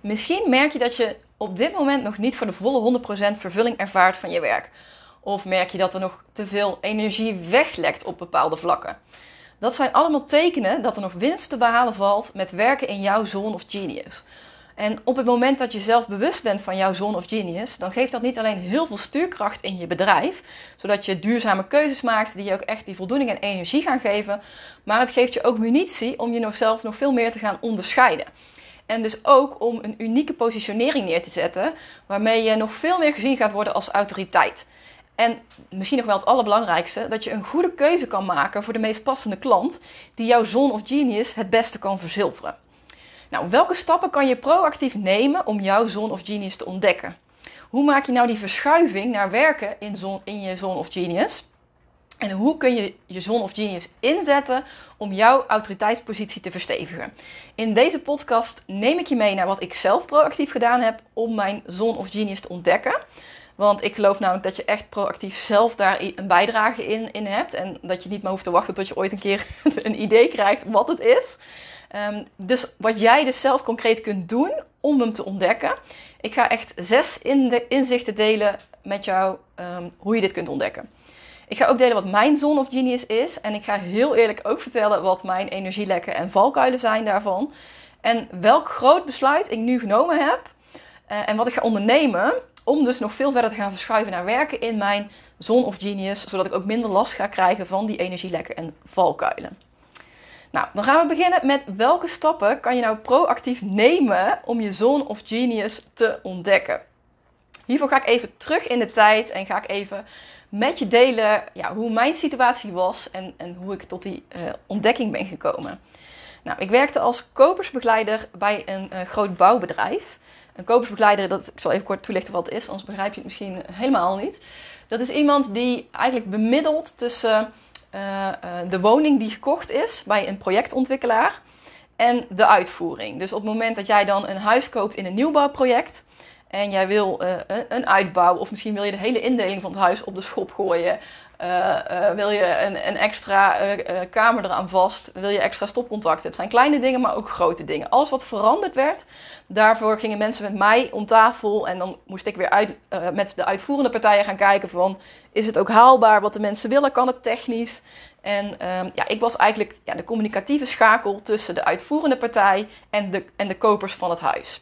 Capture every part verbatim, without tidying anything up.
Misschien merk je dat je op dit moment nog niet voor de volle honderd procent vervulling ervaart van je werk. Of merk je dat er nog te veel energie weglekt op bepaalde vlakken. Dat zijn allemaal tekenen dat er nog winst te behalen valt met werken in jouw zone of genius. En op het moment dat je zelf bewust bent van jouw zone of genius, dan geeft dat niet alleen heel veel stuurkracht in je bedrijf, zodat je duurzame keuzes maakt die je ook echt die voldoening en energie gaan geven, maar het geeft je ook munitie om je nog zelf nog veel meer te gaan onderscheiden. En dus ook om een unieke positionering neer te zetten, waarmee je nog veel meer gezien gaat worden als autoriteit. En misschien nog wel het allerbelangrijkste, dat je een goede keuze kan maken voor de meest passende klant, die jouw zone of genius het beste kan verzilveren. Nou, welke stappen kan je proactief nemen om jouw zone of genius te ontdekken? Hoe maak je nou die verschuiving naar werken in, zone, in je zone of genius? En hoe kun je je zone of genius inzetten om jouw autoriteitspositie te verstevigen? In deze podcast neem ik je mee naar wat ik zelf proactief gedaan heb om mijn zone of genius te ontdekken. Want ik geloof namelijk dat je echt proactief zelf daar een bijdrage in, in hebt. En dat je niet meer hoeft te wachten tot je ooit een keer een idee krijgt wat het is. Um, dus wat jij dus zelf concreet kunt doen om hem te ontdekken. Ik ga echt zes in de inzichten delen met jou um, hoe je dit kunt ontdekken. Ik ga ook delen wat mijn zone of genius is. En ik ga heel eerlijk ook vertellen wat mijn energielekken en valkuilen zijn daarvan. En welk groot besluit ik nu genomen heb. Uh, en wat ik ga ondernemen om dus nog veel verder te gaan verschuiven naar werken in mijn zone of genius. Zodat ik ook minder last ga krijgen van die energielekken en valkuilen. Nou, dan gaan we beginnen met welke stappen kan je nou proactief nemen om je zone of genius te ontdekken. Hiervoor ga ik even terug in de tijd en ga ik even met je delen ja, hoe mijn situatie was en, en hoe ik tot die uh, ontdekking ben gekomen. Nou, ik werkte als kopersbegeleider bij een uh, groot bouwbedrijf. Een kopersbegeleider, dat, ik zal even kort toelichten wat het is, anders begrijp je het misschien helemaal niet. Dat is iemand die eigenlijk bemiddelt tussen Uh, uh, de woning die gekocht is bij een projectontwikkelaar en de uitvoering. Dus op het moment dat jij dan een huis koopt in een nieuwbouwproject en jij wil uh, een uitbouw of misschien wil je de hele indeling van het huis op de schop gooien, uh, uh, wil je een, een extra uh, uh, kamer eraan vast, wil je extra stopcontacten. Het zijn kleine dingen, maar ook grote dingen. Alles wat veranderd werd, daarvoor gingen mensen met mij om tafel en dan moest ik weer uit, uh, met de uitvoerende partijen gaan kijken van, is het ook haalbaar wat de mensen willen? Kan het technisch? En um, ja, ik was eigenlijk ja, de communicatieve schakel tussen de uitvoerende partij en de, en de kopers van het huis.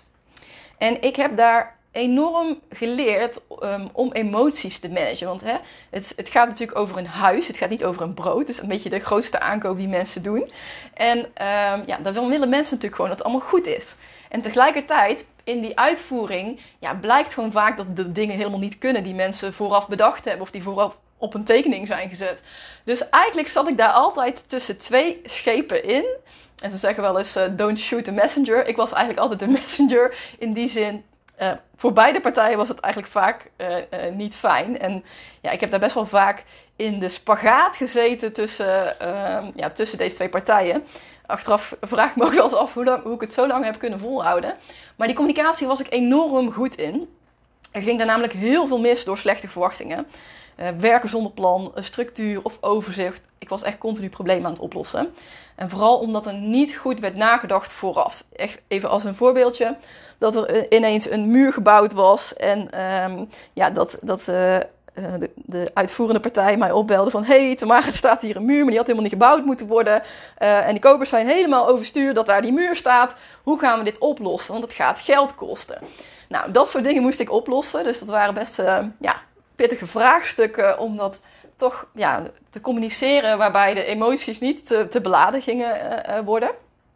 En ik heb daar enorm geleerd um, om emoties te managen. Want hè, het, het gaat natuurlijk over een huis. Het gaat niet over een brood. Het is een beetje de grootste aankoop die mensen doen. En um, ja, dan willen mensen natuurlijk gewoon dat het allemaal goed is. En tegelijkertijd, in die uitvoering, ja, blijkt gewoon vaak dat de dingen helemaal niet kunnen die mensen vooraf bedacht hebben of die vooraf op een tekening zijn gezet. Dus eigenlijk zat ik daar altijd tussen twee schepen in. En ze zeggen wel eens, uh, don't shoot the messenger. Ik was eigenlijk altijd de messenger. In die zin, uh, voor beide partijen was het eigenlijk vaak uh, uh, niet fijn. En ja, ik heb daar best wel vaak in de spagaat gezeten tussen, uh, ja, tussen deze twee partijen. Achteraf vraag ik me ook wel eens af hoe, lang, hoe ik het zo lang heb kunnen volhouden. Maar die communicatie was ik enorm goed in. Er ging daar namelijk heel veel mis door slechte verwachtingen. Uh, werken zonder plan, structuur of overzicht. Ik was echt continu problemen aan het oplossen. En vooral omdat er niet goed werd nagedacht vooraf. Echt even als een voorbeeldje. Dat er ineens een muur gebouwd was. En um, ja, dat, dat uh, de, de uitvoerende partij mij opbelde van... Hé, hey, Tamara, er staat hier een muur, maar die had helemaal niet gebouwd moeten worden. Uh, en die kopers zijn helemaal overstuur dat daar die muur staat. Hoe gaan we dit oplossen? Want het gaat geld kosten. Nou, dat soort dingen moest ik oplossen. Dus dat waren best uh, ja, pittige vraagstukken om dat toch ja, te communiceren, waarbij de emoties niet te, te beladen gingen uh, worden.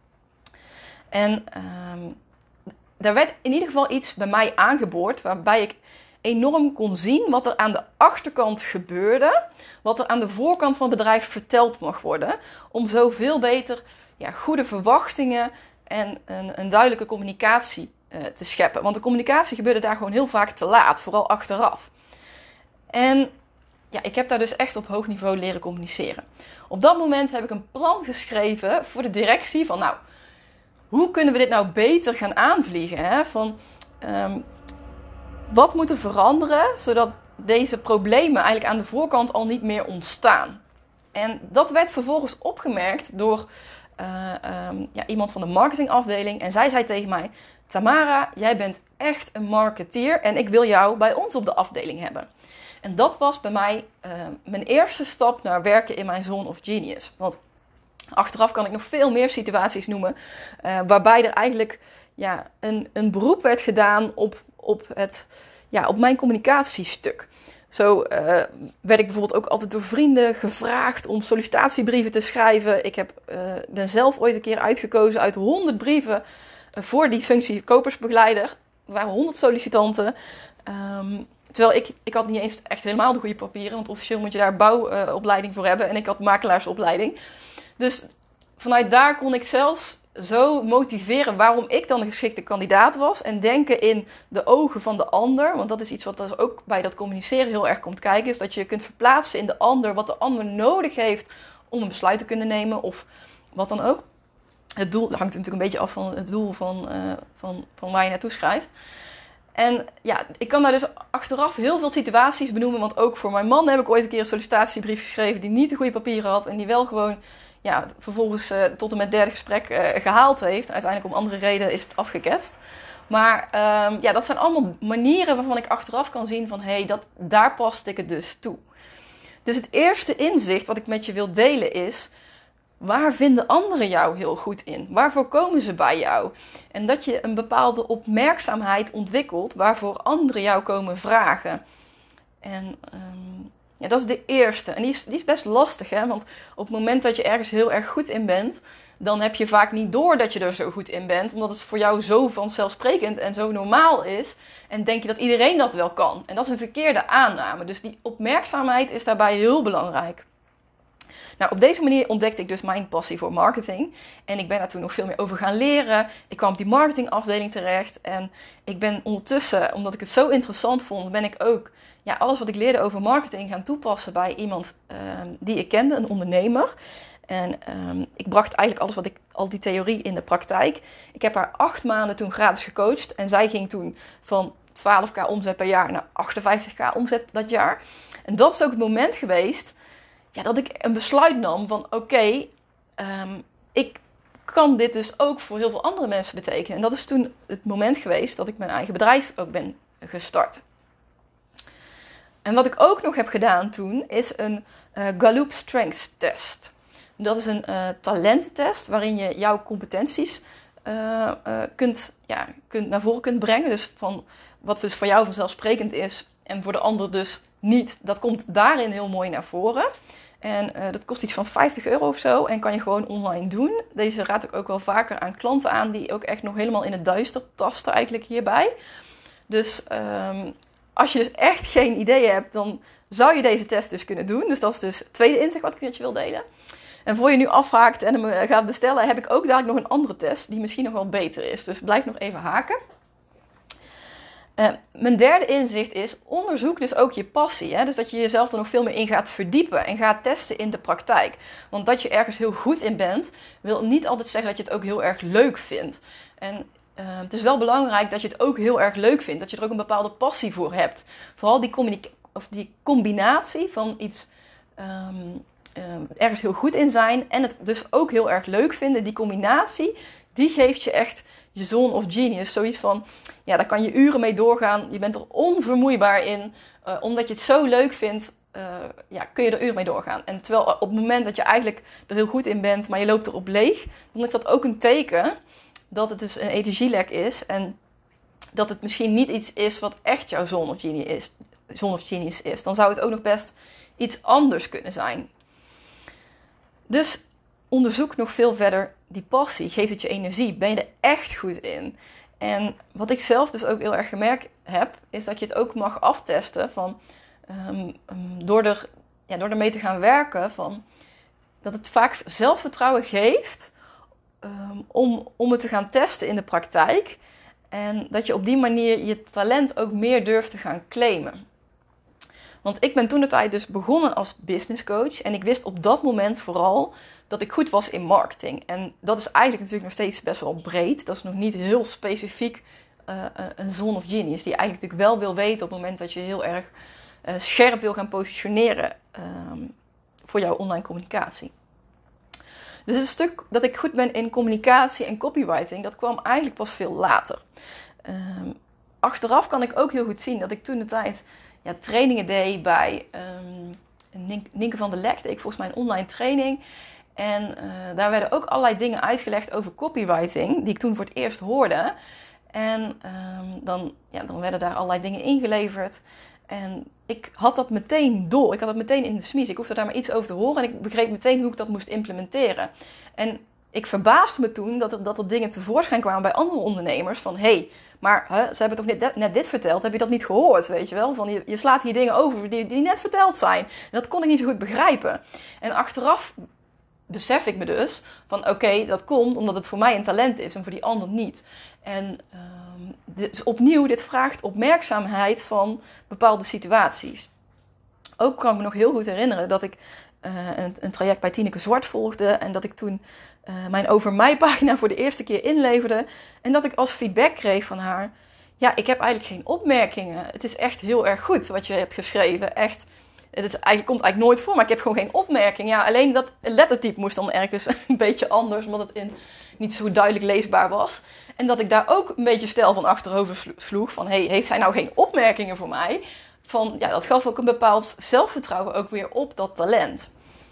En uh, daar werd in ieder geval iets bij mij aangeboord, waarbij ik enorm kon zien wat er aan de achterkant gebeurde, wat er aan de voorkant van het bedrijf verteld mag worden, om zo veel beter ja, goede verwachtingen en een, een duidelijke communicatie uh, te scheppen. Want de communicatie gebeurde daar gewoon heel vaak te laat, vooral achteraf. En ja, ik heb daar dus echt op hoog niveau leren communiceren. Op dat moment heb ik een plan geschreven voor de directie van, nou, hoe kunnen we dit nou beter gaan aanvliegen? Hè? Van, um, wat moet er veranderen, zodat deze problemen eigenlijk aan de voorkant al niet meer ontstaan? En dat werd vervolgens opgemerkt door uh, um, ja, iemand van de marketingafdeling. En zij zei tegen mij, Tamara, jij bent echt een marketeer en ik wil jou bij ons op de afdeling hebben. En dat was bij mij uh, mijn eerste stap naar werken in mijn Zone of Genius. Want achteraf kan ik nog veel meer situaties noemen uh, waarbij er eigenlijk ja, een, een beroep werd gedaan op, op, het, ja, op mijn communicatiestuk. Zo uh, werd ik bijvoorbeeld ook altijd door vrienden gevraagd om sollicitatiebrieven te schrijven. Ik heb, uh, ben zelf ooit een keer uitgekozen uit honderd brieven uh, voor die functie kopersbegeleider. Er waren honderd sollicitanten. Um, terwijl ik, ik had niet eens echt helemaal de goede papieren, want officieel moet je daar bouwopleiding uh, voor hebben. En ik had makelaarsopleiding. Dus vanuit daar kon ik zelfs zo motiveren waarom ik dan de geschikte kandidaat was. En denken in de ogen van de ander. Want dat is iets wat dus ook bij dat communiceren heel erg komt kijken. Is dat je kunt verplaatsen in de ander wat de ander nodig heeft om een besluit te kunnen nemen. Of wat dan ook. Het doel dat hangt natuurlijk een beetje af van het doel van, uh, van, van waar je naartoe schrijft. En ja, ik kan daar dus achteraf heel veel situaties benoemen. Want ook voor mijn man heb ik ooit een keer een sollicitatiebrief geschreven die niet de goede papieren had. En die wel gewoon ja, vervolgens uh, tot en met het derde gesprek uh, gehaald heeft. Uiteindelijk om andere redenen is het afgeketst. Maar um, ja, dat zijn allemaal manieren waarvan ik achteraf kan zien van hé, hey, dat, daar past ik het dus toe. Dus het eerste inzicht wat ik met je wil delen is, waar vinden anderen jou heel goed in? Waarvoor komen ze bij jou? En dat je een bepaalde opmerkzaamheid ontwikkelt waarvoor anderen jou komen vragen. En um, ja, dat is de eerste. En die is, die is best lastig, hè? Want op het moment dat je ergens heel erg goed in bent, dan heb je vaak niet door dat je er zo goed in bent. Omdat het voor jou zo vanzelfsprekend en zo normaal is. En denk je dat iedereen dat wel kan. En dat is een verkeerde aanname. Dus die opmerkzaamheid is daarbij heel belangrijk. Nou, op deze manier ontdekte ik dus mijn passie voor marketing. En ik ben daar toen nog veel meer over gaan leren. Ik kwam op die marketingafdeling terecht. En ik ben ondertussen, omdat ik het zo interessant vond, ben ik ook ja, alles wat ik leerde over marketing gaan toepassen bij iemand um, die ik kende, een ondernemer. En um, ik bracht eigenlijk alles wat ik, al die theorie in de praktijk. Ik heb haar acht maanden toen gratis gecoacht. En zij ging toen van twaalf k omzet per jaar naar achtenvijftig k omzet dat jaar. En dat is ook het moment geweest ja, dat ik een besluit nam van oké, okay, um, ik kan dit dus ook voor heel veel andere mensen betekenen. En dat is toen het moment geweest dat ik mijn eigen bedrijf ook ben gestart. En wat ik ook nog heb gedaan toen is een uh, Gallup Strengths Test. Dat is een uh, talententest waarin je jouw competenties uh, uh, kunt, ja, kunt naar voren kunt brengen. Dus van wat dus voor jou vanzelfsprekend is en voor de ander dus niet. Dat komt daarin heel mooi naar voren. En uh, dat kost iets van vijftig euro of zo en kan je gewoon online doen. Deze raad ik ook wel vaker aan klanten aan die ook echt nog helemaal in het duister tasten eigenlijk hierbij. Dus um, als je dus echt geen idee hebt, dan zou je deze test dus kunnen doen. Dus dat is dus het tweede inzicht wat ik met je wil delen. En voor je nu afhaakt en hem gaat bestellen, heb ik ook dadelijk nog een andere test die misschien nog wel beter is. Dus blijf nog even haken. Uh, mijn derde inzicht is, onderzoek dus ook je passie. Hè? Dus dat je jezelf er nog veel meer in gaat verdiepen en gaat testen in de praktijk. Want dat je ergens heel goed in bent, wil niet altijd zeggen dat je het ook heel erg leuk vindt. En uh, het is wel belangrijk dat je het ook heel erg leuk vindt. Dat je er ook een bepaalde passie voor hebt. Vooral die, communica- of die combinatie van iets um, um, ergens heel goed in zijn en het dus ook heel erg leuk vinden. Die combinatie, die geeft je echt je zone of genius. Zoiets van, ja, daar kan je uren mee doorgaan. Je bent er onvermoeibaar in. Uh, omdat je het zo leuk vindt, uh, ja, kun je er uren mee doorgaan. En terwijl op het moment dat je eigenlijk er heel goed in bent, maar je loopt erop leeg, dan is dat ook een teken dat het dus een energielek is. En dat het misschien niet iets is wat echt jouw zone of genius is. Zone of genius is. Dan zou het ook nog best iets anders kunnen zijn. Dus onderzoek nog veel verder die passie. Geeft het je energie? Ben je er echt goed in? En wat ik zelf dus ook heel erg gemerkt heb, is dat je het ook mag aftesten van, um, um, door, er, ja, door ermee te gaan werken, van, dat het vaak zelfvertrouwen geeft um, om, om het te gaan testen in de praktijk. En dat je op die manier je talent ook meer durft te gaan claimen. Want ik ben toen de tijd dus begonnen als business coach. En ik wist op dat moment vooral dat ik goed was in marketing. En dat is eigenlijk natuurlijk nog steeds best wel breed. Dat is nog niet heel specifiek uh, een zone of genius. Die je eigenlijk natuurlijk wel wil weten op het moment dat je heel erg uh, scherp wil gaan positioneren um, voor jouw online communicatie. Dus het stuk dat ik goed ben in communicatie en copywriting, dat kwam eigenlijk pas veel later. Um, achteraf kan ik ook heel goed zien dat ik toen de tijd ja, trainingen deed bij um, Nienke van der Lek. Deed ik volgens mij een online training. En uh, daar werden ook allerlei dingen uitgelegd over copywriting, die ik toen voor het eerst hoorde. En um, dan, ja, dan werden daar allerlei dingen ingeleverd. En ik had dat meteen door. Ik had dat meteen in de smies. Ik hoefde daar maar iets over te horen. En ik begreep meteen hoe ik dat moest implementeren. En ik verbaasde me toen dat er, dat er dingen tevoorschijn kwamen bij andere ondernemers. Van, hé, hey, maar hè, ze hebben toch net, net dit verteld? Heb je dat niet gehoord, weet je wel? Van, je, je slaat hier dingen over die, die net verteld zijn. En dat kon ik niet zo goed begrijpen. En achteraf besef ik me dus van, oké, okay, dat komt omdat het voor mij een talent is en voor die ander niet. En um, dus opnieuw, dit vraagt opmerkzaamheid van bepaalde situaties. Ook kan ik me nog heel goed herinneren dat ik uh, een, een traject bij Tineke Zwart volgde. En dat ik toen uh, mijn Over Mij pagina voor de eerste keer inleverde. En dat ik als feedback kreeg van haar, ja, ik heb eigenlijk geen opmerkingen. Het is echt heel erg goed wat je hebt geschreven. Echt, het is, eigenlijk, komt eigenlijk nooit voor, maar ik heb gewoon geen opmerking. Ja, alleen dat lettertype moest dan ergens een beetje anders, omdat het in niet zo duidelijk leesbaar was. En dat ik daar ook een beetje stijl van achterover sloeg. Van, hey, heeft hij nou geen opmerkingen voor mij? Van, ja, dat gaf ook een bepaald zelfvertrouwen ook weer op dat talent.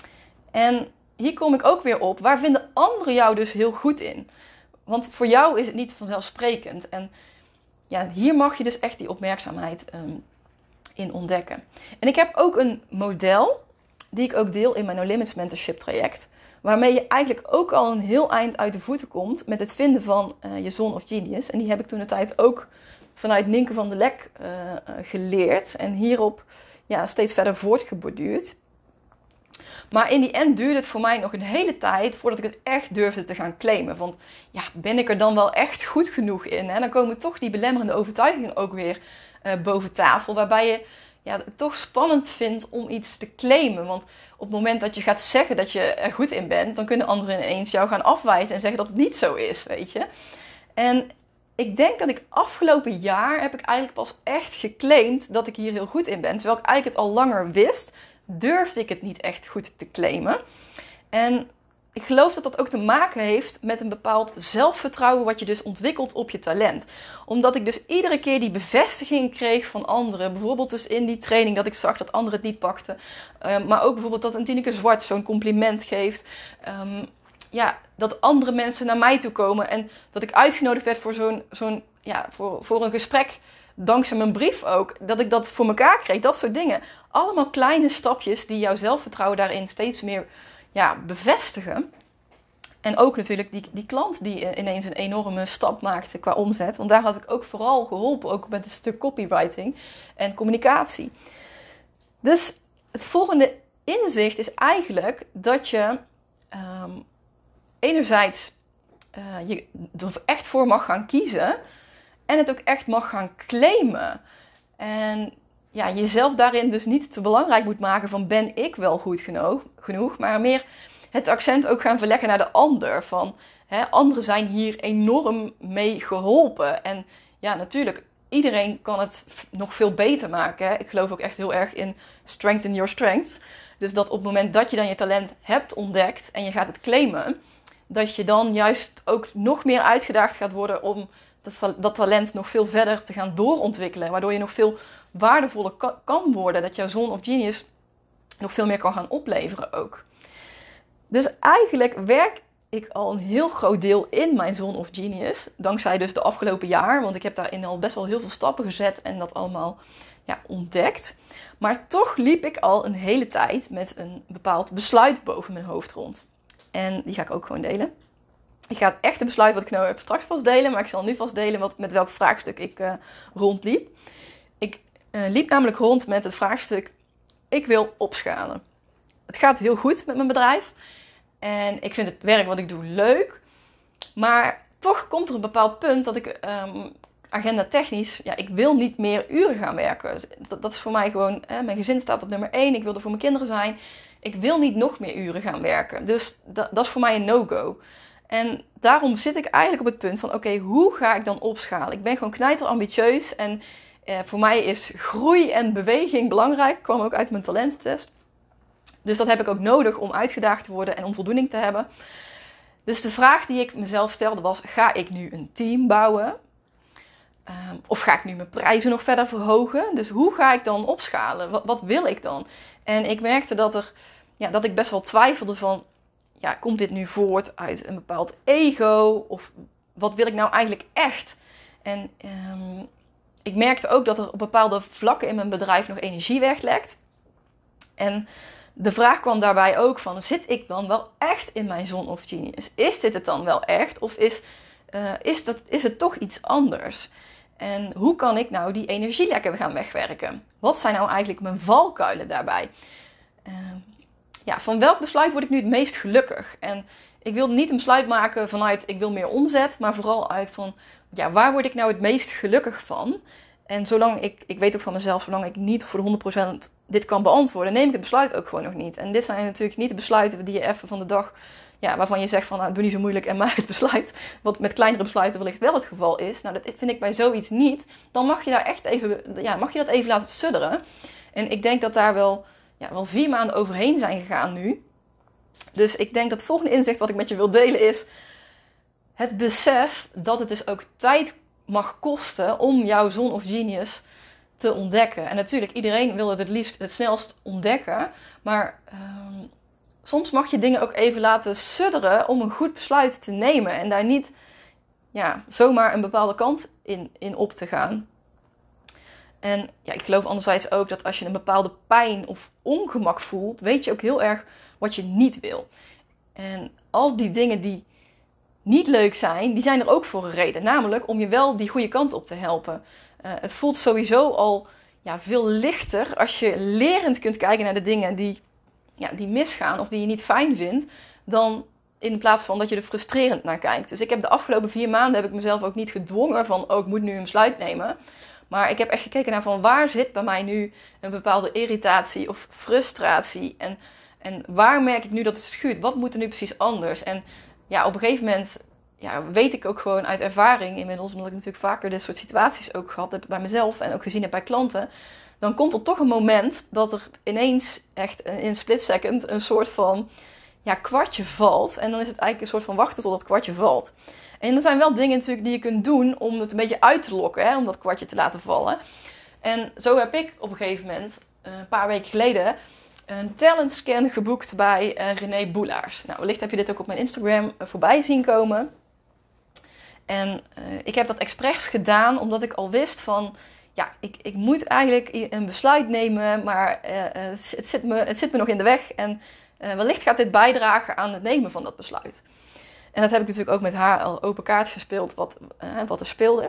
En hier kom ik ook weer op. Waar vinden anderen jou dus heel goed in? Want voor jou is het niet vanzelfsprekend. En ja, hier mag je dus echt die opmerkzaamheid um, in ontdekken. En ik heb ook een model die ik ook deel in mijn No Limits Mentorship traject. Waarmee je eigenlijk ook al een heel eind uit de voeten komt met het vinden van uh, je zone of genius. En die heb ik toen de tijd ook vanuit Nienke van der Lek uh, uh, geleerd. En hierop ja, steeds verder voortgeborduurd. Maar in die end duurde het voor mij nog een hele tijd voordat ik het echt durfde te gaan claimen. Want ja, ben ik er dan wel echt goed genoeg in? En dan komen toch die belemmerende overtuigingen ook weer uh, boven tafel. Waarbij je ja, het toch spannend vindt om iets te claimen. Want op het moment dat je gaat zeggen dat je er goed in bent, dan kunnen anderen ineens jou gaan afwijzen en zeggen dat het niet zo is, weet je. En ik denk dat ik afgelopen jaar heb ik eigenlijk pas echt geclaimd dat ik hier heel goed in ben. Terwijl ik eigenlijk het al langer wist, durfde ik het niet echt goed te claimen. En ik geloof dat dat ook te maken heeft met een bepaald zelfvertrouwen wat je dus ontwikkelt op je talent. Omdat ik dus iedere keer die bevestiging kreeg van anderen. Bijvoorbeeld dus in die training dat ik zag dat anderen het niet pakten. Uh, maar ook bijvoorbeeld dat een Tineke Zwart zo'n compliment geeft. Um, ja, dat andere mensen naar mij toe komen. En dat ik uitgenodigd werd voor zo'n, zo'n ja, voor, voor een gesprek. Dankzij mijn brief ook. Dat ik dat voor elkaar kreeg. Dat soort dingen. Allemaal kleine stapjes die jouw zelfvertrouwen daarin steeds meer ja, bevestigen. En ook natuurlijk die, die klant die ineens een enorme stap maakte qua omzet. Want daar had ik ook vooral geholpen. Ook met een stuk copywriting en communicatie. Dus het volgende inzicht is eigenlijk dat je um, enerzijds uh, je er echt voor mag gaan kiezen. En het ook echt mag gaan claimen. En ja, jezelf daarin dus niet te belangrijk moet maken van ben ik wel goed genoeg. genoeg maar meer het accent ook gaan verleggen naar de ander. Van hè, anderen zijn hier enorm mee geholpen. En ja, natuurlijk, iedereen kan het nog veel beter maken. Hè. Ik geloof ook echt heel erg in strengthen your strengths. Dus dat op het moment dat je dan je talent hebt ontdekt en je gaat het claimen, dat je dan juist ook nog meer uitgedaagd gaat worden om dat, dat talent nog veel verder te gaan doorontwikkelen. Waardoor je nog veel waardevoller kan worden. Dat jouw zone of genius nog veel meer kan gaan opleveren ook. Dus eigenlijk werk ik al een heel groot deel in mijn zone of genius. Dankzij dus de afgelopen jaar. Want ik heb daarin al best wel heel veel stappen gezet en dat allemaal ja, ontdekt. Maar toch liep ik al een hele tijd met een bepaald besluit boven mijn hoofd rond. En die ga ik ook gewoon delen. Ik ga het echte besluit wat ik nou heb straks vast delen. Maar ik zal nu vast delen wat, met welk vraagstuk ik uh, rondliep. Ik uh, liep namelijk rond met het vraagstuk: ik wil opschalen. Het gaat heel goed met mijn bedrijf. En ik vind het werk wat ik doe leuk. Maar toch komt er een bepaald punt dat ik um, agenda technisch, ja, ik wil niet meer uren gaan werken. Dat, dat is voor mij gewoon, hè, mijn gezin staat op nummer één. Ik wil er voor mijn kinderen zijn. Ik wil niet nog meer uren gaan werken. Dus dat, dat is voor mij een no-go. En daarom zit ik eigenlijk op het punt van, oké, okay, hoe ga ik dan opschalen? Ik ben gewoon knijter ambitieus. En eh, voor mij is groei en beweging belangrijk. Ik kwam ook uit mijn talententest. Dus dat heb ik ook nodig om uitgedaagd te worden en om voldoening te hebben. Dus de vraag die ik mezelf stelde was, ga ik nu een team bouwen? Um, of ga ik nu mijn prijzen nog verder verhogen? Dus hoe ga ik dan opschalen? Wat, wat wil ik dan? En ik merkte dat, er, ja, dat ik best wel twijfelde van, ja, komt dit nu voort uit een bepaald ego? Of wat wil ik nou eigenlijk echt? En um, ik merkte ook dat er op bepaalde vlakken in mijn bedrijf nog energie weglekt. En de vraag kwam daarbij ook van, zit ik dan wel echt in mijn zone of genius? Is dit het dan wel echt? Of is, uh, is, dat, is het toch iets anders? En hoe kan ik nou die energielekken gaan wegwerken? Wat zijn nou eigenlijk mijn valkuilen daarbij? Uh, ja, van welk besluit word ik nu het meest gelukkig? En ik wilde niet een besluit maken vanuit ik wil meer omzet, maar vooral uit van, ja, waar word ik nou het meest gelukkig van? En zolang ik, ik weet ook van mezelf, zolang ik niet voor de honderd procent dit kan beantwoorden, neem ik het besluit ook gewoon nog niet. En dit zijn natuurlijk niet de besluiten die je even van de dag, ja, waarvan je zegt van, nou, doe niet zo moeilijk en maak het besluit. Wat met kleinere besluiten wellicht wel het geval is. Nou, dat vind ik bij zoiets niet. Dan mag je daar echt even, ja, mag je dat even laten sudderen. En ik denk dat daar wel, ja, wel vier maanden overheen zijn gegaan nu. Dus ik denk dat het volgende inzicht wat ik met je wil delen is het besef dat het dus ook tijd mag kosten om jouw zone of genius te ontdekken. En natuurlijk, iedereen wil het het liefst het snelst ontdekken. Maar um, soms mag je dingen ook even laten sudderen om een goed besluit te nemen. En daar niet ja, zomaar een bepaalde kant in, in op te gaan. En ja, ik geloof anderzijds ook dat als je een bepaalde pijn of ongemak voelt, weet je ook heel erg wat je niet wil. En al die dingen die niet leuk zijn, die zijn er ook voor een reden. Namelijk om je wel die goede kant op te helpen. Uh, het voelt sowieso al ja, veel lichter als je lerend kunt kijken naar de dingen die, ja, die misgaan of die je niet fijn vindt, dan in plaats van dat je er frustrerend naar kijkt. Dus ik heb de afgelopen vier maanden heb ik mezelf ook niet gedwongen van, oh, ik moet nu een besluit nemen. Maar ik heb echt gekeken naar van, waar zit bij mij nu een bepaalde irritatie of frustratie? En, en waar merk ik nu dat het schuurt? Wat moet er nu precies anders? En ja, op een gegeven moment ja, weet ik ook gewoon uit ervaring inmiddels, omdat ik natuurlijk vaker dit soort situaties ook gehad heb bij mezelf en ook gezien heb bij klanten, dan komt er toch een moment dat er ineens echt in een split second een soort van ja, kwartje valt. En dan is het eigenlijk een soort van wachten tot dat kwartje valt. En er zijn wel dingen natuurlijk die je kunt doen om het een beetje uit te lokken, hè, om dat kwartje te laten vallen. En zo heb ik op een gegeven moment, een paar weken geleden, een talentscan geboekt bij uh, René Boelaars. Nou, wellicht heb je dit ook op mijn Instagram uh, voorbij zien komen. En uh, ik heb dat expres gedaan omdat ik al wist van, ja, ik, ik moet eigenlijk een besluit nemen, maar uh, het, zit me, het zit me nog in de weg. En uh, wellicht gaat dit bijdragen aan het nemen van dat besluit. En dat heb ik natuurlijk ook met haar al open kaart gespeeld, wat, uh, wat er speelde.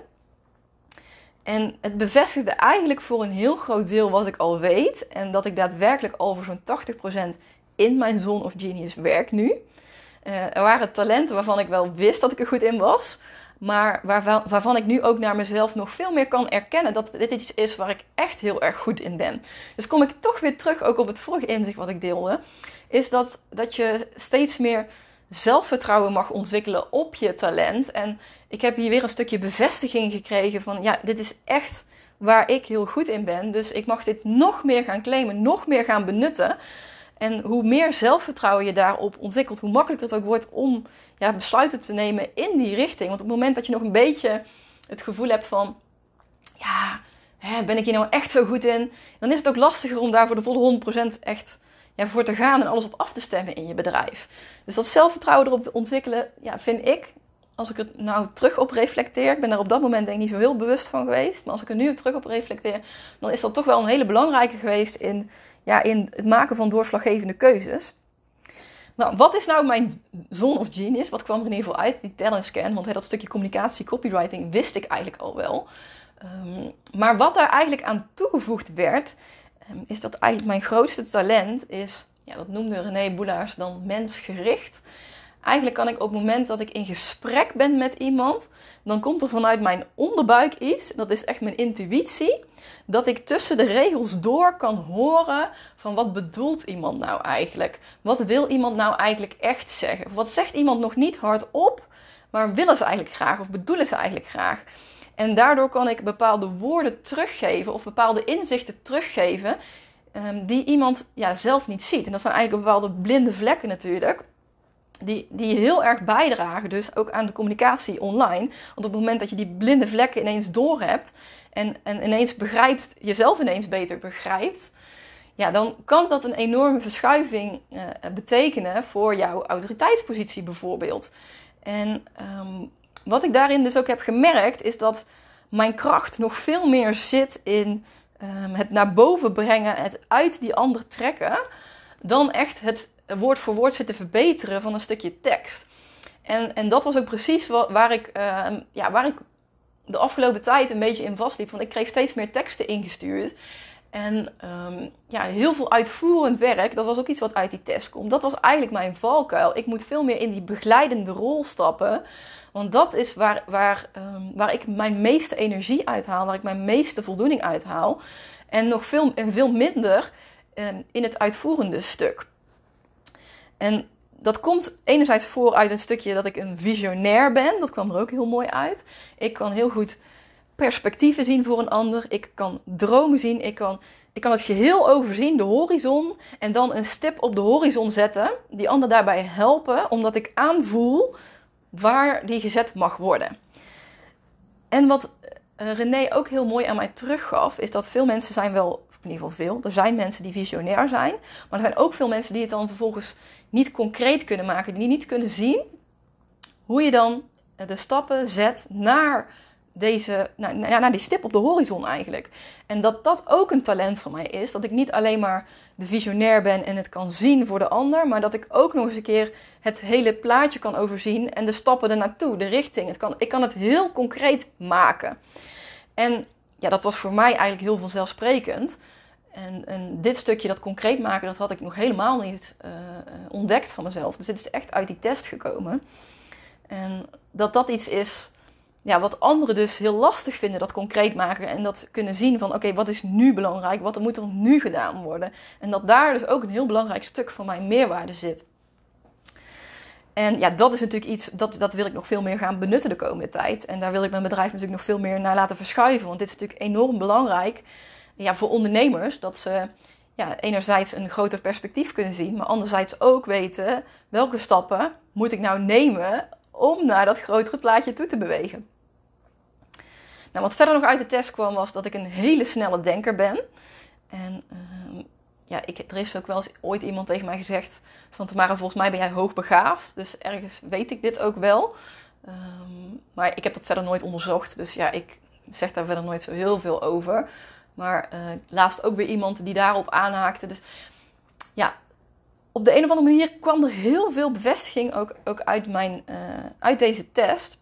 En het bevestigde eigenlijk voor een heel groot deel wat ik al weet. En dat ik daadwerkelijk al voor zo'n tachtig procent in mijn zone of genius werk nu. Uh, er waren talenten waarvan ik wel wist dat ik er goed in was. Maar waarvan, waarvan ik nu ook naar mezelf nog veel meer kan erkennen dat dit iets is waar ik echt heel erg goed in ben. Dus kom ik toch weer terug ook op het vorige inzicht wat ik deelde. Is dat, dat je steeds meer zelfvertrouwen mag ontwikkelen op je talent. En ik heb hier weer een stukje bevestiging gekregen van, ja, dit is echt waar ik heel goed in ben. Dus ik mag dit nog meer gaan claimen, nog meer gaan benutten. En hoe meer zelfvertrouwen je daarop ontwikkelt, hoe makkelijker het ook wordt om ja, besluiten te nemen in die richting. Want op het moment dat je nog een beetje het gevoel hebt van, ja, hè, ben ik hier nou echt zo goed in? Dan is het ook lastiger om daar voor de volle honderd procent echt ja, voor te gaan en alles op af te stemmen in je bedrijf. Dus dat zelfvertrouwen erop ontwikkelen, ja, vind ik, als ik er nou terug op reflecteer, ik ben daar op dat moment denk ik niet zo heel bewust van geweest, maar als ik er nu terug op reflecteer, dan is dat toch wel een hele belangrijke geweest in, ja, in het maken van doorslaggevende keuzes. Nou, wat is nou mijn zone of genius? Wat kwam er in ieder geval uit, die talent scan? Want hey, dat stukje communicatie, copywriting wist ik eigenlijk al wel. Um, maar wat daar eigenlijk aan toegevoegd werd, um, is dat eigenlijk mijn grootste talent is, ja, dat noemde René Boelaars dan mensgericht. Eigenlijk kan ik op het moment dat ik in gesprek ben met iemand, dan komt er vanuit mijn onderbuik iets, dat is echt mijn intuïtie, dat ik tussen de regels door kan horen van wat bedoelt iemand nou eigenlijk? Wat wil iemand nou eigenlijk echt zeggen? Of wat zegt iemand nog niet hardop, maar willen ze eigenlijk graag of bedoelen ze eigenlijk graag? En daardoor kan ik bepaalde woorden teruggeven of bepaalde inzichten teruggeven um, die iemand ja, zelf niet ziet. En dat zijn eigenlijk bepaalde blinde vlekken natuurlijk. Die, die heel erg bijdragen dus ook aan de communicatie online. Want op het moment dat je die blinde vlekken ineens doorhebt en, en ineens begrijpt, jezelf ineens beter begrijpt, ja, dan kan dat een enorme verschuiving uh, betekenen voor jouw autoriteitspositie bijvoorbeeld. En um, wat ik daarin dus ook heb gemerkt, is dat mijn kracht nog veel meer zit in um, het naar boven brengen, het uit die ander trekken, dan echt het woord voor woord zitten verbeteren van een stukje tekst. En, en dat was ook precies wat, waar, ik, uh, ja, waar ik de afgelopen tijd een beetje in vastliep. Want ik kreeg steeds meer teksten ingestuurd. En um, ja, heel veel uitvoerend werk, dat was ook iets wat uit die test komt. Dat was eigenlijk mijn valkuil. Ik moet veel meer in die begeleidende rol stappen. Want dat is waar, waar, um, waar ik mijn meeste energie uithaal, waar ik mijn meeste voldoening uithaal. En nog veel, en veel minder um, in het uitvoerende stuk. En dat komt enerzijds voor uit een stukje dat ik een visionair ben. Dat kwam er ook heel mooi uit. Ik kan heel goed perspectieven zien voor een ander. Ik kan dromen zien. Ik kan, ik kan het geheel overzien, de horizon. En dan een stip op de horizon zetten. Die ander daarbij helpen, omdat ik aanvoel waar die gezet mag worden. En wat uh, René ook heel mooi aan mij teruggaf, is dat veel mensen zijn wel, of in ieder geval veel, er zijn mensen die visionair zijn. Maar er zijn ook veel mensen die het dan vervolgens niet concreet kunnen maken. Die niet kunnen zien hoe je dan de stappen zet naar, deze, naar, naar die stip op de horizon eigenlijk. En dat dat ook een talent van mij is. Dat ik niet alleen maar de visionair ben en het kan zien voor de ander. Maar dat ik ook nog eens een keer het hele plaatje kan overzien. En de stappen ernaartoe, de richting. Het kan, ik kan het heel concreet maken. En ja, dat was voor mij eigenlijk heel vanzelfsprekend. En, en dit stukje, dat concreet maken, dat had ik nog helemaal niet uh, ontdekt van mezelf. Dus dit is echt uit die test gekomen. En dat dat iets is, ja, wat anderen dus heel lastig vinden, dat concreet maken. En dat kunnen zien van, oké, okay, wat is nu belangrijk? Wat moet er nu gedaan worden? En dat daar dus ook een heel belangrijk stuk van mijn meerwaarde zit. En ja, dat is natuurlijk iets, dat, dat wil ik nog veel meer gaan benutten de komende tijd. En daar wil ik mijn bedrijf natuurlijk nog veel meer naar laten verschuiven. Want dit is natuurlijk enorm belangrijk, ja, voor ondernemers, dat ze ja, enerzijds een groter perspectief kunnen zien, maar anderzijds ook weten welke stappen moet ik nou nemen om naar dat grotere plaatje toe te bewegen. Nou, wat verder nog uit de test kwam, was dat ik een hele snelle denker ben. En uh, ja, ik, er is ook wel eens ooit iemand tegen mij gezegd van, Tamara, volgens mij ben jij hoogbegaafd. Dus ergens weet ik dit ook wel. Um, maar ik heb dat verder nooit onderzocht. Dus ja, ik zeg daar verder nooit zo heel veel over. Maar uh, laatst ook weer iemand die daarop aanhaakte. Dus ja, op de een of andere manier kwam er heel veel bevestiging ook, ook uit, mijn, uh, uit deze test.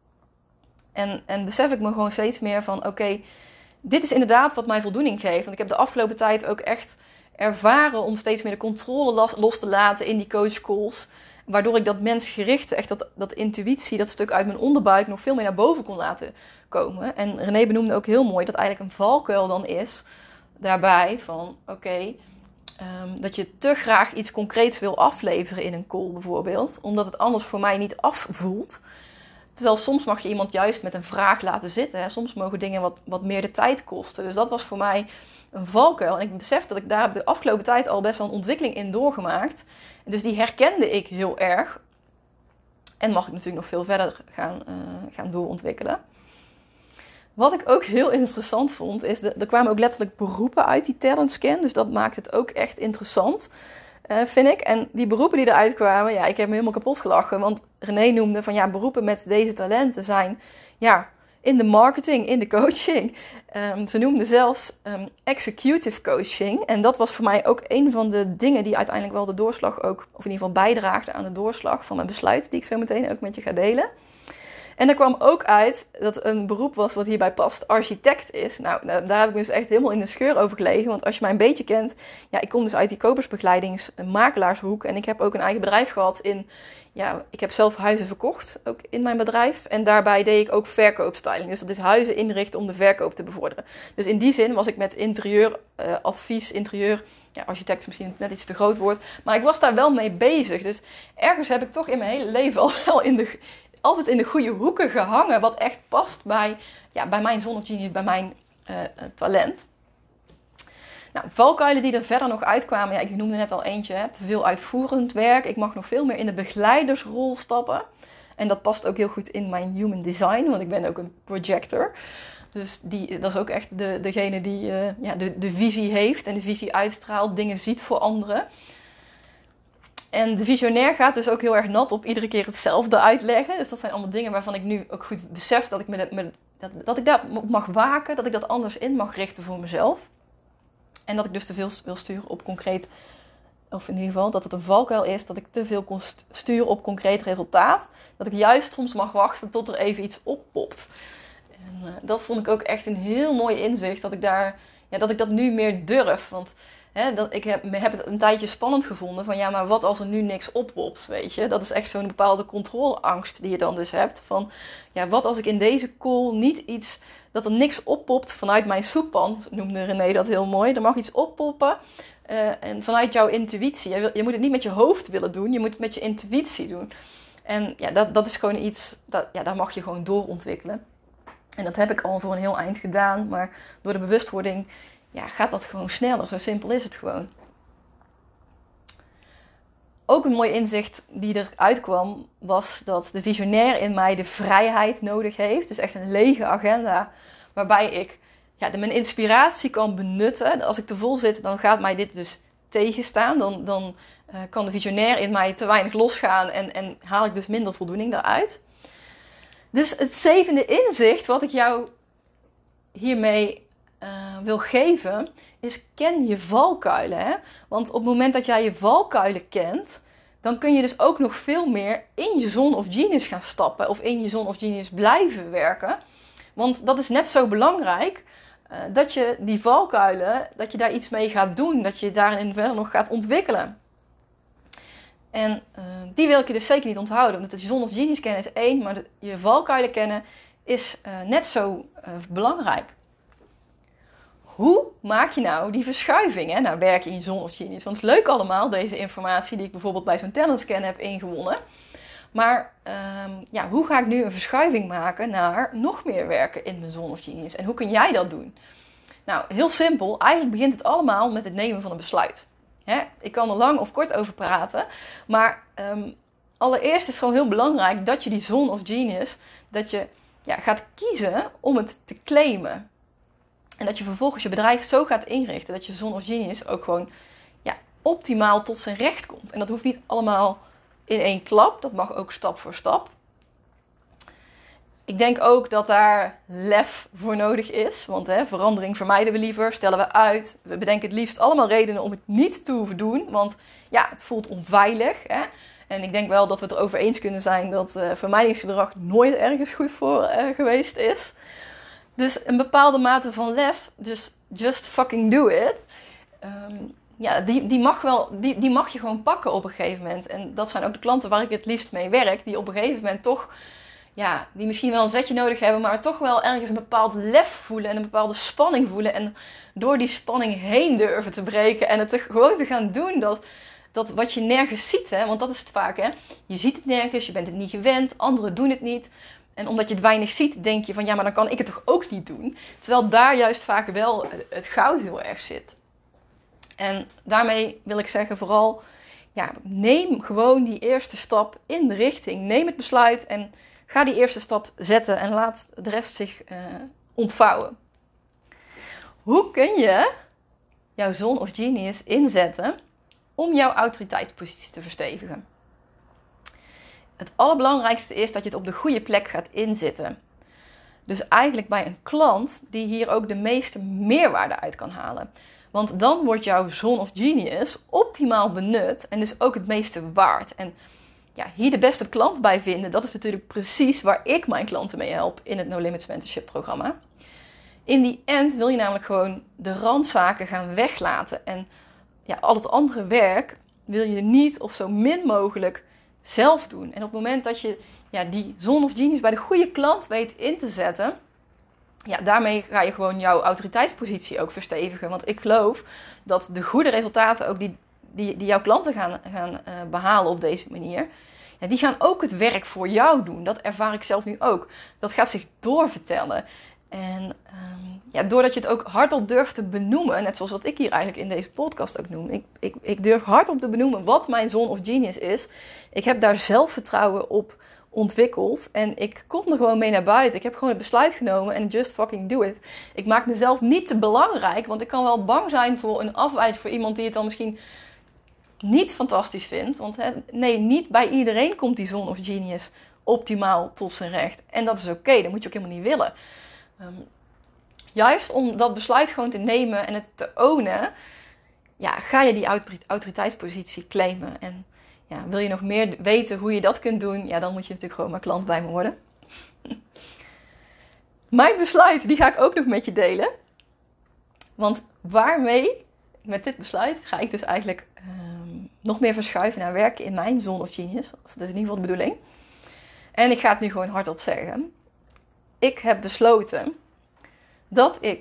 En, en besef ik me gewoon steeds meer van, oké, okay, dit is inderdaad wat mij voldoening geeft. Want ik heb de afgelopen tijd ook echt ervaren om steeds meer de controle los te laten in die coachcalls. Waardoor ik dat mensgerichte, echt dat, dat intuïtie, dat stuk uit mijn onderbuik nog veel meer naar boven kon laten komen. En René benoemde ook heel mooi dat eigenlijk een valkuil dan is daarbij van, oké, okay, um, dat je te graag iets concreets wil afleveren in een call bijvoorbeeld. Omdat het anders voor mij niet afvoelt. Terwijl soms mag je iemand juist met een vraag laten zitten. Hè. Soms mogen dingen wat, wat meer de tijd kosten. Dus dat was voor mij een valkuil. En ik besef dat ik daar de afgelopen tijd al best wel een ontwikkeling in doorgemaakt. Dus die herkende ik heel erg. En mag ik natuurlijk nog veel verder gaan, uh, gaan doorontwikkelen. Wat ik ook heel interessant vond, is de, er kwamen ook letterlijk beroepen uit die talent scan. Dus dat maakt het ook echt interessant, uh, vind ik. En die beroepen die eruit kwamen, ja, ik heb me helemaal kapot gelachen. Want René noemde van, ja, beroepen met deze talenten zijn, ja, in de marketing, in de coaching. Um, ze noemden zelfs um, executive coaching. En dat was voor mij ook een van de dingen die uiteindelijk wel de doorslag ook, of in ieder geval bijdraagde aan de doorslag van mijn besluit, die ik zo meteen ook met je ga delen. En er kwam ook uit dat een beroep was wat hierbij past, architect is. Nou, daar heb ik me dus echt helemaal in de scheur over gelegen. Want als je mij een beetje kent, ja, ik kom dus uit die kopersbegeleidings-makelaarshoek. En ik heb ook een eigen bedrijf gehad in, ja, ik heb zelf huizen verkocht, ook in mijn bedrijf. En daarbij deed ik ook verkoopstyling. Dus dat is huizen inrichten om de verkoop te bevorderen. Dus in die zin was ik met interieuradvies, uh, interieur, ja, architect is misschien net iets te groot woord. Maar ik was daar wel mee bezig. Dus ergens heb ik toch in mijn hele leven al wel in de... altijd in de goede hoeken gehangen, wat echt past bij, ja, bij mijn zone of genius, bij mijn uh, talent. Nou, valkuilen die er verder nog uitkwamen. Ja, ik noemde net al eentje. Hè, te veel uitvoerend werk. Ik mag nog veel meer in de begeleidersrol stappen. En dat past ook heel goed in mijn human design. Want ik ben ook een projector. Dus die, dat is ook echt de, degene die uh, ja, de, de visie heeft. En de visie uitstraalt. Dingen ziet voor anderen. En de visionair gaat dus ook heel erg nat op iedere keer hetzelfde uitleggen. Dus dat zijn allemaal dingen waarvan ik nu ook goed besef dat ik, me, me, dat, dat ik daar mag waken. Dat ik dat anders in mag richten voor mezelf. En dat ik dus te veel wil sturen op concreet, of in ieder geval dat het een valkuil is, dat ik te veel kon sturen op concreet resultaat. Dat ik juist soms mag wachten tot er even iets oppopt. En uh, dat vond ik ook echt een heel mooi inzicht, dat ik, daar, ja, dat, ik dat nu meer durf. Want hè, dat, ik heb, heb het een tijdje spannend gevonden van ja, maar wat als er nu niks oppopt, weet je. Dat is echt zo'n bepaalde controleangst die je dan dus hebt. Van ja, wat als ik in deze call niet iets, dat er niks oppopt vanuit mijn soeppan, noemde René dat heel mooi. Er mag iets oppoppen uh, en vanuit jouw intuïtie. Je, wil, je moet het niet met je hoofd willen doen, je moet het met je intuïtie doen. En ja, dat, dat is gewoon iets, dat, ja, daar mag je gewoon doorontwikkelen. En dat heb ik al voor een heel eind gedaan, maar door de bewustwording ja, gaat dat gewoon sneller. Zo simpel is het gewoon. Ook een mooi inzicht die eruit kwam, was dat de visionair in mij de vrijheid nodig heeft. Dus echt een lege agenda, waarbij ik ja, de, mijn inspiratie kan benutten. Als ik te vol zit, dan gaat mij dit dus tegenstaan. Dan, dan uh, kan de visionair in mij te weinig losgaan en, en haal ik dus minder voldoening daaruit. Dus het zevende inzicht wat ik jou hiermee uh, wil geven, is ken je valkuilen. Hè? Want op het moment dat jij je valkuilen kent, dan kun je dus ook nog veel meer in je zone of genius gaan stappen. Of in je zone of genius blijven werken. Want dat is net zo belangrijk uh, dat je die valkuilen, dat je daar iets mee gaat doen. Dat je daarin verder nog gaat ontwikkelen. En uh, die wil ik je dus zeker niet onthouden. Want je zone of genius kennen is één, maar de, je valkuilen kennen is uh, net zo uh, belangrijk. Hoe maak je nou die verschuiving hè, naar werken in je zone of genius? Want het is leuk allemaal, deze informatie die ik bijvoorbeeld bij zo'n talentscan heb ingewonnen. Maar um, ja, hoe ga ik nu een verschuiving maken naar nog meer werken in mijn zone of genius? En hoe kun jij dat doen? Nou, heel simpel. Eigenlijk begint het allemaal met het nemen van een besluit. Hè? Ik kan er lang of kort over praten. Maar um, allereerst is het gewoon heel belangrijk dat je die zone of genius, dat je ja, gaat kiezen om het te claimen. En dat je vervolgens je bedrijf zo gaat inrichten dat je zone of genius ook gewoon ja, optimaal tot zijn recht komt. En dat hoeft niet allemaal in één klap. Dat mag ook stap voor stap. Ik denk ook dat daar lef voor nodig is. Want hè, verandering vermijden we liever, stellen we uit. We bedenken het liefst allemaal redenen om het niet te hoeven doen. Want ja, het voelt onveilig. Hè? En ik denk wel dat we het erover eens kunnen zijn dat uh, vermijdingsgedrag nooit ergens goed voor uh, geweest is. Dus een bepaalde mate van lef, dus just fucking do it. Um, ja, die, die, mag wel, die, die mag je gewoon pakken op een gegeven moment. En dat zijn ook de klanten waar ik het liefst mee werk. Die op een gegeven moment toch, ja, die misschien wel een zetje nodig hebben. Maar toch wel ergens een bepaald lef voelen en een bepaalde spanning voelen. En door die spanning heen durven te breken. En het te, gewoon te gaan doen dat, dat wat je nergens ziet. Hè? Want dat is het vaak. Hè? Je ziet het nergens, je bent het niet gewend. Anderen doen het niet. En omdat je het weinig ziet, denk je van ja, maar dan kan ik het toch ook niet doen. Terwijl daar juist vaak wel het goud heel erg zit. En daarmee wil ik zeggen vooral, ja, neem gewoon die eerste stap in de richting. Neem het besluit en ga die eerste stap zetten en laat de rest zich uh, ontvouwen. Hoe kun je jouw zone of genius inzetten om jouw autoriteitspositie te verstevigen? Het allerbelangrijkste is dat je het op de goede plek gaat inzetten. Dus eigenlijk bij een klant die hier ook de meeste meerwaarde uit kan halen. Want dan wordt jouw zone of genius optimaal benut en dus ook het meeste waard. En ja, hier de beste klant bij vinden, dat is natuurlijk precies waar ik mijn klanten mee help in het No Limits Mentorship programma. In die end wil je namelijk gewoon de randzaken gaan weglaten. En ja, al het andere werk wil je niet of zo min mogelijk zelf doen. En op het moment dat je ja, die zone of genius bij de goede klant weet in te zetten, ja, daarmee ga je gewoon jouw autoriteitspositie ook verstevigen. Want ik geloof dat de goede resultaten ook die, die, die jouw klanten gaan, gaan uh, behalen op deze manier, ja, die gaan ook het werk voor jou doen. Dat ervaar ik zelf nu ook. Dat gaat zich doorvertellen. En um, ja, doordat je het ook hardop durft te benoemen, net zoals wat ik hier eigenlijk in deze podcast ook noem. Ik, ik, ik durf hardop te benoemen wat mijn zone of genius is. Ik heb daar zelfvertrouwen op ontwikkeld. En ik kom er gewoon mee naar buiten. Ik heb gewoon het besluit genomen en just fucking do it. Ik maak mezelf niet te belangrijk, want ik kan wel bang zijn voor een afwijzing voor iemand die het dan misschien niet fantastisch vindt. Want hè, nee, niet bij iedereen komt die zone of genius optimaal tot zijn recht. En dat is oké, okay, dat moet je ook helemaal niet willen. Um, juist om dat besluit gewoon te nemen en het te ownen, ja, ga je die autoriteitspositie claimen. En ja, wil je nog meer weten hoe je dat kunt doen, ja, dan moet je natuurlijk gewoon maar klant bij me worden. Mijn besluit, die ga ik ook nog met je delen. Want waarmee, met dit besluit, ga ik dus eigenlijk um, nog meer verschuiven naar werken in mijn zone of genius. Dat is in ieder geval de bedoeling. En ik ga het nu gewoon hardop zeggen. Ik heb besloten dat ik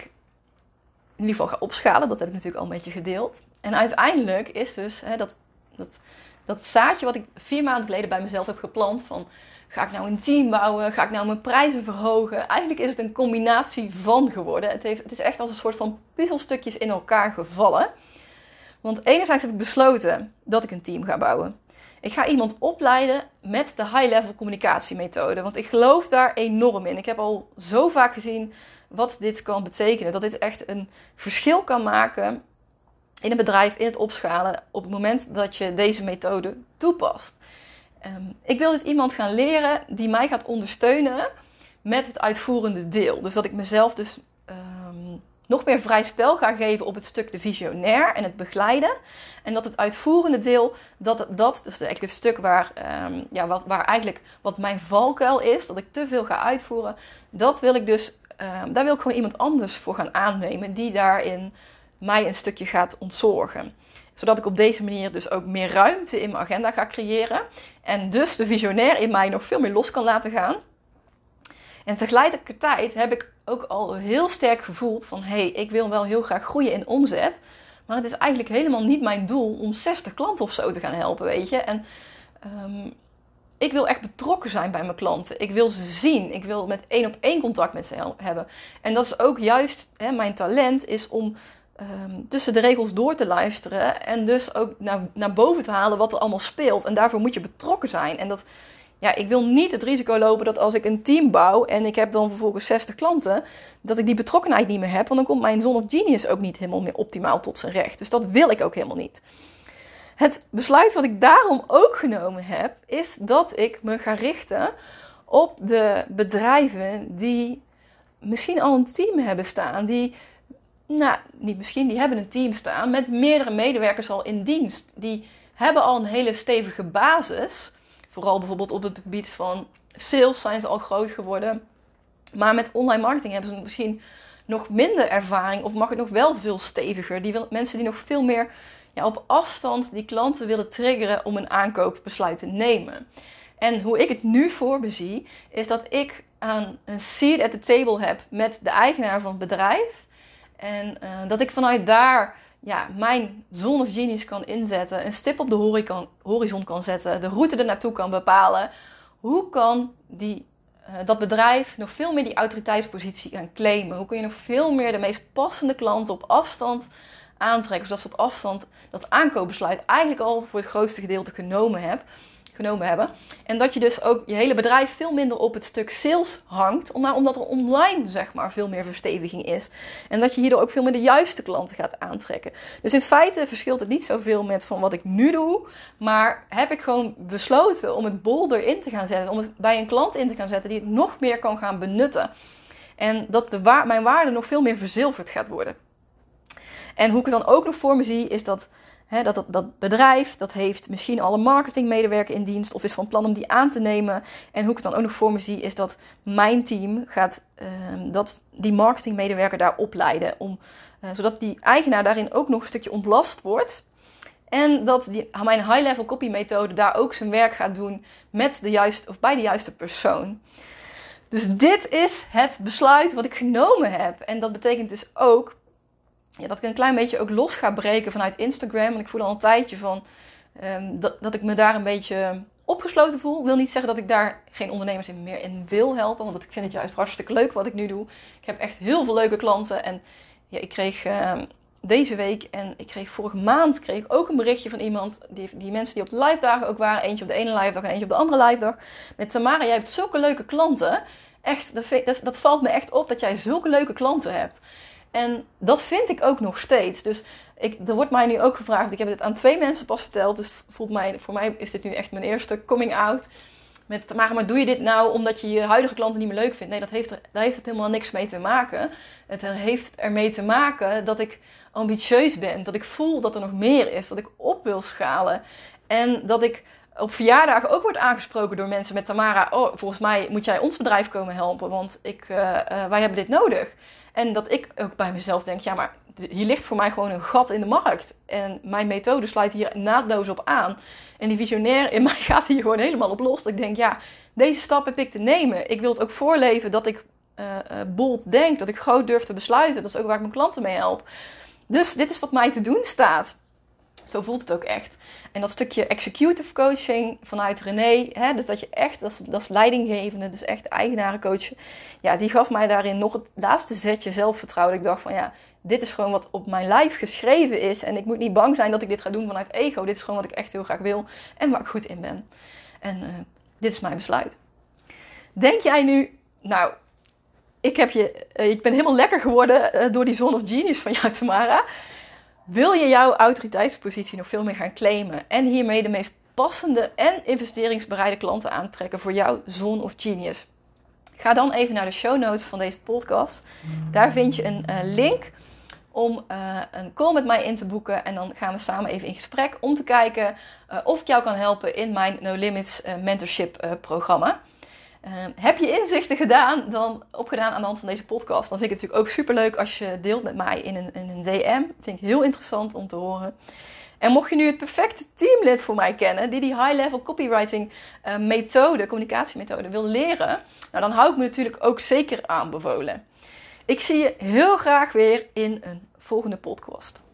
in ieder geval ga opschalen. Dat heb ik natuurlijk al een beetje gedeeld. En uiteindelijk is dus hè, dat, dat, dat zaadje wat ik vier maanden geleden bij mezelf heb geplant. Van, ga ik nou een team bouwen? Ga ik nou mijn prijzen verhogen? Eigenlijk is het een combinatie van geworden. Het, heeft, het is echt als een soort van puzzelstukjes in elkaar gevallen. Want enerzijds heb ik besloten dat ik een team ga bouwen. Ik ga iemand opleiden met de high-level communicatiemethode. Want ik geloof daar enorm in. Ik heb al zo vaak gezien wat dit kan betekenen. Dat dit echt een verschil kan maken in een bedrijf, in het opschalen, op het moment dat je deze methode toepast. Um, ik wil dit iemand gaan leren die mij gaat ondersteunen met het uitvoerende deel. Dus dat ik mezelf dus um, nog meer vrij spel ga geven op het stuk de visionair en het begeleiden. En dat het uitvoerende deel, dat, dat dus eigenlijk het stuk waar, um, ja, wat, waar eigenlijk wat mijn valkuil is, dat ik te veel ga uitvoeren, dat wil ik dus, um, daar wil ik gewoon iemand anders voor gaan aannemen die daarin mij een stukje gaat ontzorgen. Zodat ik op deze manier dus ook meer ruimte in mijn agenda ga creëren. En dus de visionair in mij nog veel meer los kan laten gaan. En tegelijkertijd heb ik ook al heel sterk gevoeld van, hé, hey, ik wil wel heel graag groeien in omzet. Maar het is eigenlijk helemaal niet mijn doel om zestig klanten of zo te gaan helpen, weet je. En um, ik wil echt betrokken zijn bij mijn klanten. Ik wil ze zien. Ik wil met één op één contact met ze hebben. En dat is ook juist, hè, mijn talent is om Um, tussen de regels door te luisteren en dus ook naar, naar boven te halen wat er allemaal speelt. En daarvoor moet je betrokken zijn. En dat, ja, ik wil niet het risico lopen dat als ik een team bouw en ik heb dan vervolgens zestig klanten, dat ik die betrokkenheid niet meer heb, want dan komt mijn zone of genius ook niet helemaal meer optimaal tot zijn recht. Dus dat wil ik ook helemaal niet. Het besluit wat ik daarom ook genomen heb, is dat ik me ga richten op de bedrijven die misschien al een team hebben staan, die Nou, niet misschien, die hebben een team staan met meerdere medewerkers al in dienst. Die hebben al een hele stevige basis. Vooral bijvoorbeeld op het gebied van sales zijn ze al groot geworden. Maar met online marketing hebben ze misschien nog minder ervaring of mag het nog wel veel steviger. Die wil, mensen die nog veel meer ja, op afstand die klanten willen triggeren om een aankoopbesluit te nemen. En hoe ik het nu voor me zie, is dat ik aan een seat at the table heb met de eigenaar van het bedrijf. En uh, dat ik vanuit daar ja, mijn zone of genius kan inzetten. Een stip op de horizon, horizon kan zetten. De route er naartoe kan bepalen. Hoe kan die, uh, dat bedrijf nog veel meer die autoriteitspositie gaan claimen? Hoe kun je nog veel meer de meest passende klanten op afstand aantrekken? Zodat ze op afstand dat aankoopbesluit eigenlijk al voor het grootste gedeelte genomen hebben. genomen hebben. En dat je dus ook je hele bedrijf veel minder op het stuk sales hangt, omdat er online zeg maar veel meer versteviging is. En dat je hierdoor ook veel meer de juiste klanten gaat aantrekken. Dus in feite verschilt het niet zoveel met van wat ik nu doe, maar heb ik gewoon besloten om het bolder in te gaan zetten, om het bij een klant in te gaan zetten die het nog meer kan gaan benutten. En dat de wa- mijn waarde nog veel meer verzilverd gaat worden. En hoe ik het dan ook nog voor me zie, is dat He, dat, dat, dat bedrijf, dat heeft misschien alle marketingmedewerkers in dienst of is van plan om die aan te nemen. En hoe ik het dan ook nog voor me zie, is dat mijn team gaat uh, dat die marketingmedewerker daar opleiden. Om, uh, zodat die eigenaar daarin ook nog een stukje ontlast wordt. En dat die, mijn high-level copy methode daar ook zijn werk gaat doen met de juiste, of bij de juiste persoon. Dus dit is het besluit wat ik genomen heb. En dat betekent dus ook Ja, dat ik een klein beetje ook los ga breken vanuit Instagram. Want ik voel al een tijdje van um, dat, dat ik me daar een beetje opgesloten voel, wil niet zeggen dat ik daar geen ondernemers in meer in wil helpen. Want ik vind het juist hartstikke leuk wat ik nu doe. Ik heb echt heel veel leuke klanten. En ja, ik kreeg uh, deze week en ik kreeg vorige maand kreeg ik ook een berichtje van iemand. Die, die mensen die op de live dagen ook waren. Eentje op de ene live dag en eentje op de andere live dag. Met Tamara, jij hebt zulke leuke klanten. Echt, dat, dat, dat valt me echt op dat jij zulke leuke klanten hebt. En dat vind ik ook nog steeds. Dus ik, er wordt mij nu ook gevraagd. Ik heb dit aan twee mensen pas verteld. Dus voelt mij, voor mij is dit nu echt mijn eerste coming out. Met, maar, maar doe je dit nou omdat je je huidige klanten niet meer leuk vindt? Nee, dat heeft er, daar heeft het helemaal niks mee te maken. Het heeft ermee te maken dat ik ambitieus ben. Dat ik voel dat er nog meer is. Dat ik op wil schalen. En dat ik op verjaardagen ook word aangesproken door mensen met Tamara. Oh, volgens mij moet jij ons bedrijf komen helpen. Want ik, uh, uh, wij hebben dit nodig. En dat ik ook bij mezelf denk, ja, maar hier ligt voor mij gewoon een gat in de markt. En mijn methode sluit hier naadloos op aan. En die visionair in mij gaat hier gewoon helemaal op los. Dat ik denk, ja, deze stap heb ik te nemen. Ik wil het ook voorleven dat ik uh, uh, bold denk. Dat ik groot durf te besluiten. Dat is ook waar ik mijn klanten mee help. Dus dit is wat mij te doen staat. Zo voelt het ook echt. En dat stukje executive coaching vanuit René, hè, dus dat je echt, dat is, dat is leidinggevende, dus echt eigenarencoach. Ja, die gaf mij daarin nog het laatste zetje zelfvertrouwen. Ik dacht van ja, dit is gewoon wat op mijn lijf geschreven is. En ik moet niet bang zijn dat ik dit ga doen vanuit ego. Dit is gewoon wat ik echt heel graag wil en waar ik goed in ben. En uh, dit is mijn besluit. Denk jij nu, nou, ik, heb je, uh, ik ben helemaal lekker geworden uh, door die Zone of Genius van jou, Tamara. Wil je jouw autoriteitspositie nog veel meer gaan claimen en hiermee de meest passende en investeringsbereide klanten aantrekken voor jouw Zone of Genius? Ga dan even naar de show notes van deze podcast. Daar vind je een uh, link om uh, een call met mij in te boeken. En dan gaan we samen even in gesprek om te kijken uh, of ik jou kan helpen in mijn No Limits uh, mentorship uh, programma. Uh, heb je inzichten gedaan, dan opgedaan aan de hand van deze podcast, dan vind ik het natuurlijk ook superleuk als je deelt met mij in een, in een D M. Dat vind ik heel interessant om te horen. En mocht je nu het perfecte teamlid voor mij kennen, die die high-level copywriting uh, methode, communicatiemethode wil leren, nou, dan hou ik me natuurlijk ook zeker aanbevolen. Ik zie je heel graag weer in een volgende podcast.